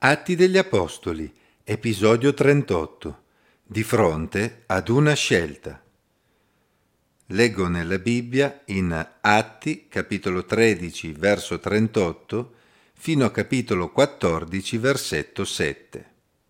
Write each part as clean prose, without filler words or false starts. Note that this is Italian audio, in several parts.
Atti degli Apostoli, episodio 38. Di fronte ad una scelta. Leggo nella Bibbia in Atti, capitolo 13, verso 38, fino a capitolo 14, versetto 7.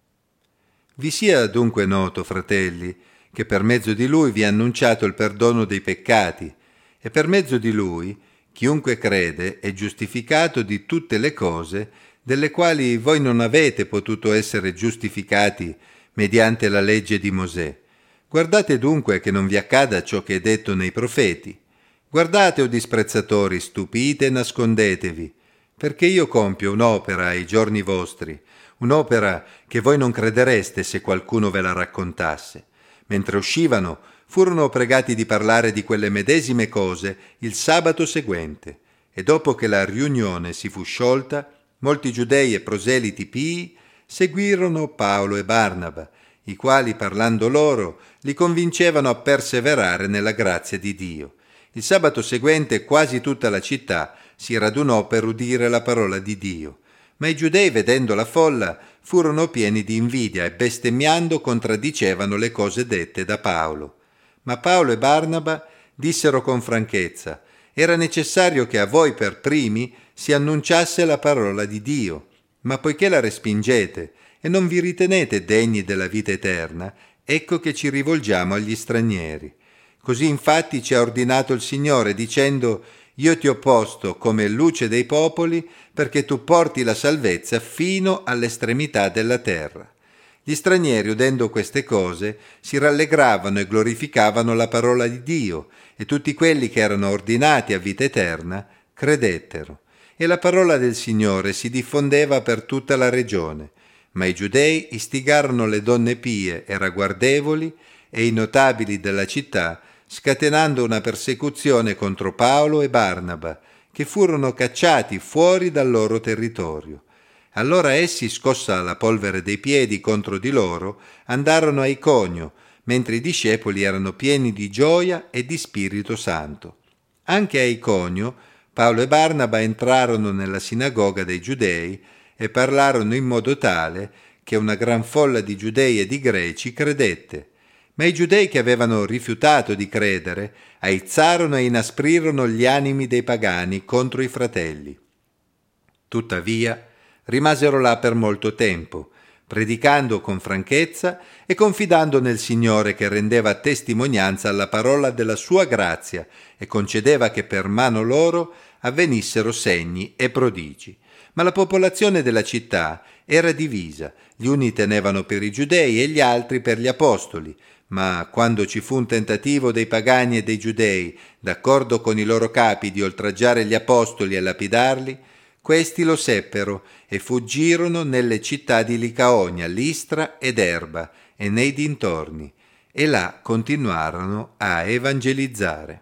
Vi sia dunque noto, fratelli, che per mezzo di Lui vi è annunciato il perdono dei peccati, e per mezzo di Lui chiunque crede è giustificato di tutte le cose delle quali voi non avete potuto essere giustificati mediante la legge di Mosè. Guardate dunque che non vi accada ciò che è detto nei profeti. Guardate, o disprezzatori, stupite e nascondetevi, perché io compio un'opera ai giorni vostri, un'opera che voi non credereste se qualcuno ve la raccontasse. Mentre uscivano, furono pregati di parlare di quelle medesime cose il sabato seguente, e dopo che la riunione si fu sciolta, molti giudei e proseliti pii seguirono Paolo e Barnaba, i quali, parlando loro, li convincevano a perseverare nella grazia di Dio. Il sabato seguente quasi tutta la città si radunò per udire la parola di Dio, ma i giudei, vedendo la folla, furono pieni di invidia e bestemmiando contraddicevano le cose dette da Paolo. Ma Paolo e Barnaba dissero con franchezza: era necessario che a voi per primi si annunciasse la parola di Dio, ma poiché la respingete e non vi ritenete degni della vita eterna, ecco che ci rivolgiamo agli stranieri. Così infatti ci ha ordinato il Signore, dicendo: io ti ho posto come luce dei popoli, perché tu porti la salvezza fino all'estremità della terra. Gli stranieri, udendo queste cose, si rallegravano e glorificavano la parola di Dio, e tutti quelli che erano ordinati a vita eterna credettero. E la parola del Signore si diffondeva per tutta la regione, ma i giudei istigarono le donne pie e ragguardevoli e i notabili della città, scatenando una persecuzione contro Paolo e Barnaba, che furono cacciati fuori dal loro territorio. Allora essi, scossa la polvere dei piedi contro di loro, andarono a Iconio, mentre i discepoli erano pieni di gioia e di Spirito Santo. Anche a Iconio Paolo e Barnaba entrarono nella sinagoga dei giudei e parlarono in modo tale che una gran folla di giudei e di greci credette. Ma i giudei che avevano rifiutato di credere aizzarono e inasprirono gli animi dei pagani contro i fratelli. Tuttavia rimasero là per molto tempo, predicando con franchezza e confidando nel Signore, che rendeva testimonianza alla parola della sua grazia e concedeva che per mano loro avvenissero segni e prodigi. Ma la popolazione della città era divisa, gli uni tenevano per i giudei e gli altri per gli apostoli, ma quando ci fu un tentativo dei pagani e dei giudei, d'accordo con i loro capi, di oltraggiare gli apostoli e lapidarli, questi lo seppero e fuggirono nelle città di Licaonia, Listra ed Erba e nei dintorni, e là continuarono a evangelizzare.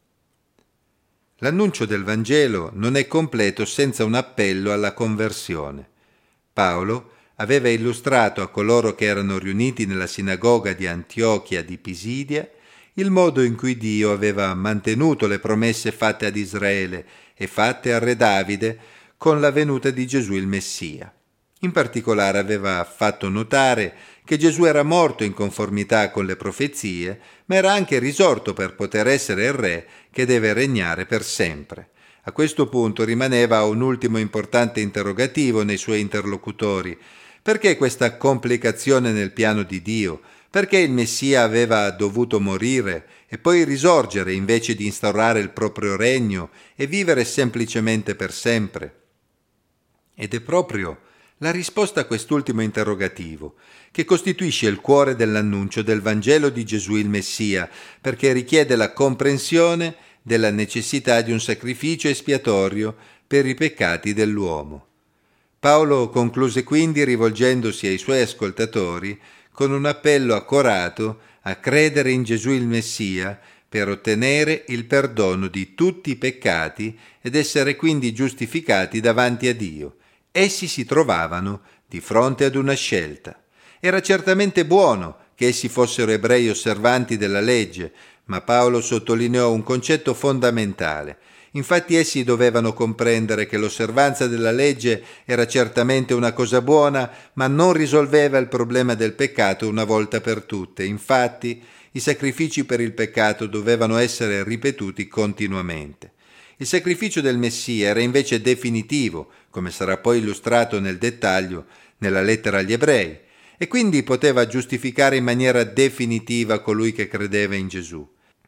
L'annuncio del Vangelo non è completo senza un appello alla conversione. Paolo aveva illustrato a coloro che erano riuniti nella sinagoga di Antiochia di Pisidia il modo in cui Dio aveva mantenuto le promesse fatte ad Israele e fatte al re Davide con la venuta di Gesù il Messia. In particolare aveva fatto notare che Gesù era morto in conformità con le profezie, ma era anche risorto per poter essere il re che deve regnare per sempre. A questo punto rimaneva un ultimo importante interrogativo nei suoi interlocutori. Perché questa complicazione nel piano di Dio? Perché il Messia aveva dovuto morire e poi risorgere invece di instaurare il proprio regno e vivere semplicemente per sempre? Ed è proprio la risposta a quest'ultimo interrogativo che costituisce il cuore dell'annuncio del Vangelo di Gesù il Messia, perché richiede la comprensione della necessità di un sacrificio espiatorio per i peccati dell'uomo. Paolo concluse quindi rivolgendosi ai suoi ascoltatori con un appello accorato a credere in Gesù il Messia per ottenere il perdono di tutti i peccati ed essere quindi giustificati davanti a Dio. Essi si trovavano di fronte ad una scelta. Era certamente buono che essi fossero ebrei osservanti della legge, ma Paolo sottolineò un concetto fondamentale. Infatti essi dovevano comprendere che l'osservanza della legge era certamente una cosa buona, ma non risolveva il problema del peccato una volta per tutte. Infatti, i sacrifici per il peccato dovevano essere ripetuti continuamente. Il sacrificio del Messia era invece definitivo, come sarà poi illustrato nel dettaglio nella lettera agli Ebrei, e quindi poteva giustificare in maniera definitiva colui che credeva in Gesù.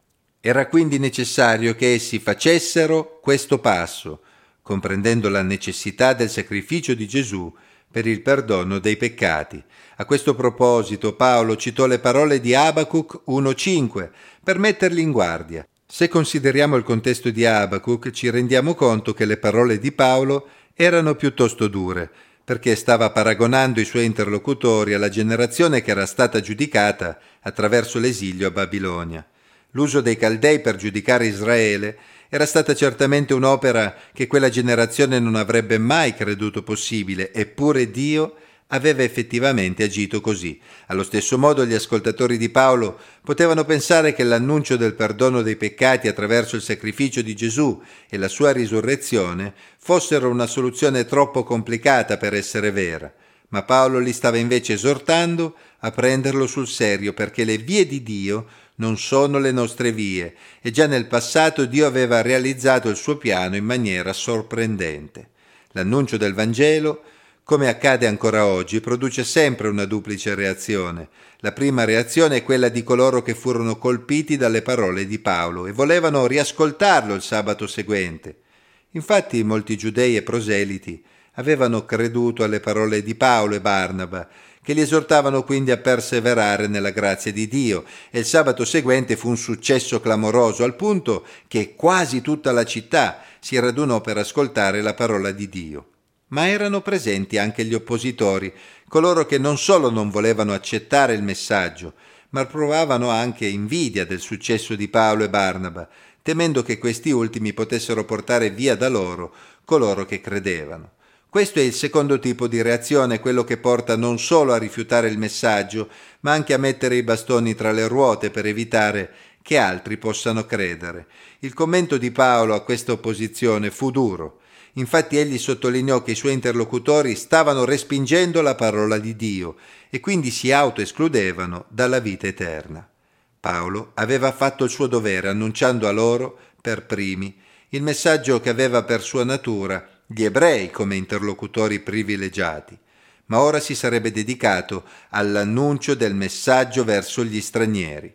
Era quindi necessario che essi facessero questo passo, comprendendo la necessità del sacrificio di Gesù per il perdono dei peccati. A questo proposito Paolo citò le parole di Abacuc 1,5 per metterli in guardia. Se consideriamo il contesto di Abacuc ci rendiamo conto che le parole di Paolo erano piuttosto dure, perché stava paragonando i suoi interlocutori alla generazione che era stata giudicata attraverso l'esilio a Babilonia. L'uso dei Caldei per giudicare Israele era stata certamente un'opera che quella generazione non avrebbe mai creduto possibile, eppure Dio aveva effettivamente agito così. Allo stesso modo gli ascoltatori di Paolo potevano pensare che l'annuncio del perdono dei peccati attraverso il sacrificio di Gesù e la sua risurrezione fossero una soluzione troppo complicata per essere vera, ma Paolo li stava invece esortando a prenderlo sul serio, perché le vie di Dio non sono le nostre vie e già nel passato Dio aveva realizzato il suo piano in maniera sorprendente. L'annuncio del Vangelo, come accade ancora oggi, produce sempre una duplice reazione. La prima reazione è quella di coloro che furono colpiti dalle parole di Paolo e volevano riascoltarlo il sabato seguente. Infatti molti giudei e proseliti avevano creduto alle parole di Paolo e Barnaba, che li esortavano quindi a perseverare nella grazia di Dio, e il sabato seguente fu un successo clamoroso, al punto che quasi tutta la città si radunò per ascoltare la parola di Dio. Ma erano presenti anche gli oppositori, coloro che non solo non volevano accettare il messaggio, ma provavano anche invidia del successo di Paolo e Barnaba, temendo che questi ultimi potessero portare via da loro coloro che credevano. Questo è il secondo tipo di reazione, quello che porta non solo a rifiutare il messaggio, ma anche a mettere i bastoni tra le ruote per evitare che altri possano credere. Il commento di Paolo a questa opposizione fu duro. Infatti egli sottolineò che i suoi interlocutori stavano respingendo la parola di Dio e quindi si autoescludevano dalla vita eterna. Paolo aveva fatto il suo dovere annunciando a loro, per primi, il messaggio che aveva per sua natura gli ebrei come interlocutori privilegiati, ma ora si sarebbe dedicato all'annuncio del messaggio verso gli stranieri,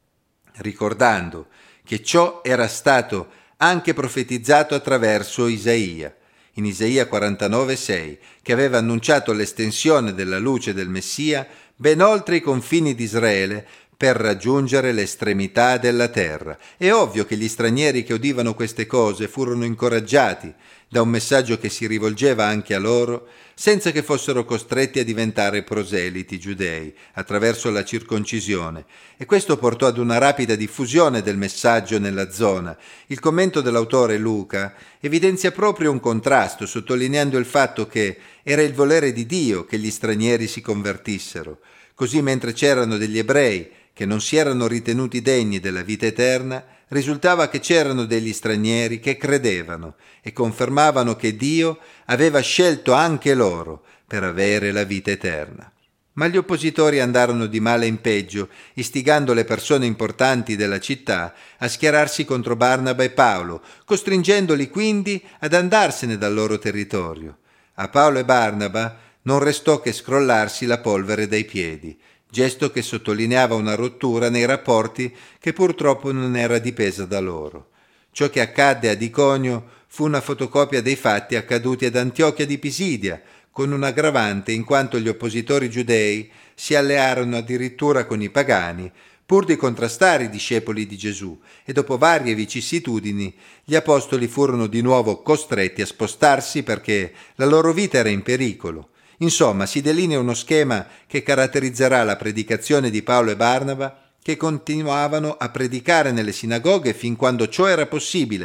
ricordando che ciò era stato anche profetizzato attraverso Isaia, in Isaia 49,6, che aveva annunciato l'estensione della luce del Messia ben oltre i confini di Israele per raggiungere l'estremità della terra. È ovvio che gli stranieri che udivano queste cose furono incoraggiati da un messaggio che si rivolgeva anche a loro, senza che fossero costretti a diventare proseliti giudei attraverso la circoncisione, e questo portò ad una rapida diffusione del messaggio nella zona. Il commento dell'autore Luca evidenzia proprio un contrasto, sottolineando il fatto che era il volere di Dio che gli stranieri si convertissero. Così, mentre c'erano degli ebrei che non si erano ritenuti degni della vita eterna, risultava che c'erano degli stranieri che credevano e confermavano che Dio aveva scelto anche loro per avere la vita eterna. Ma gli oppositori andarono di male in peggio, istigando le persone importanti della città a schierarsi contro Barnaba e Paolo, costringendoli quindi ad andarsene dal loro territorio. A Paolo e Barnaba non restò che scrollarsi la polvere dai piedi, gesto che sottolineava una rottura nei rapporti che purtroppo non era dipesa da loro. Ciò che accadde ad Iconio fu una fotocopia dei fatti accaduti ad Antiochia di Pisidia, con un aggravante in quanto gli oppositori giudei si allearono addirittura con i pagani pur di contrastare i discepoli di Gesù, e dopo varie vicissitudini gli apostoli furono di nuovo costretti a spostarsi perché la loro vita era in pericolo. Insomma, si delinea uno schema che caratterizzerà la predicazione di Paolo e Barnaba, che continuavano a predicare nelle sinagoghe fin quando ciò era possibile,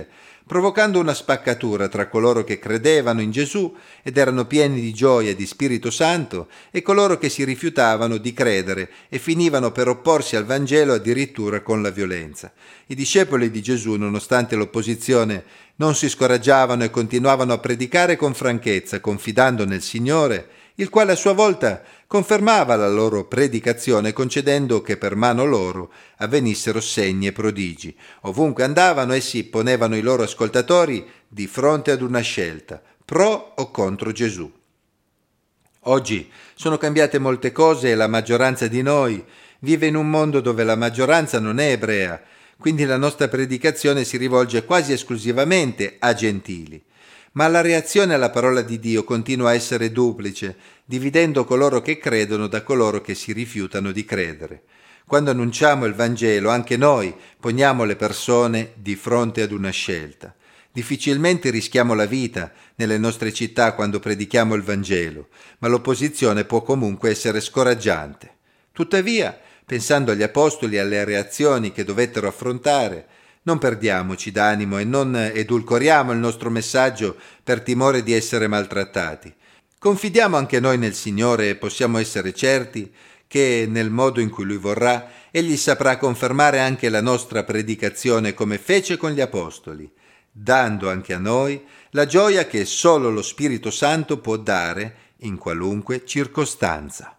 provocando una spaccatura tra coloro che credevano in Gesù ed erano pieni di gioia e di Spirito Santo e coloro che si rifiutavano di credere e finivano per opporsi al Vangelo addirittura con la violenza. I discepoli di Gesù, nonostante l'opposizione, non si scoraggiavano e continuavano a predicare con franchezza, confidando nel Signore, il quale a sua volta confermava la loro predicazione concedendo che per mano loro avvenissero segni e prodigi. Ovunque andavano, essi ponevano i loro ascoltatori di fronte ad una scelta, pro o contro Gesù. Oggi sono cambiate molte cose e la maggioranza di noi vive in un mondo dove la maggioranza non è ebrea, quindi la nostra predicazione si rivolge quasi esclusivamente a gentili. Ma la reazione alla parola di Dio continua a essere duplice, dividendo coloro che credono da coloro che si rifiutano di credere. Quando annunciamo il Vangelo, anche noi poniamo le persone di fronte ad una scelta. Difficilmente rischiamo la vita nelle nostre città quando predichiamo il Vangelo, ma l'opposizione può comunque essere scoraggiante. Tuttavia, pensando agli apostoli e alle reazioni che dovettero affrontare, non perdiamoci d'animo e non edulcoriamo il nostro messaggio per timore di essere maltrattati. Confidiamo anche noi nel Signore e possiamo essere certi che nel modo in cui Lui vorrà, Egli saprà confermare anche la nostra predicazione come fece con gli apostoli, dando anche a noi la gioia che solo lo Spirito Santo può dare in qualunque circostanza.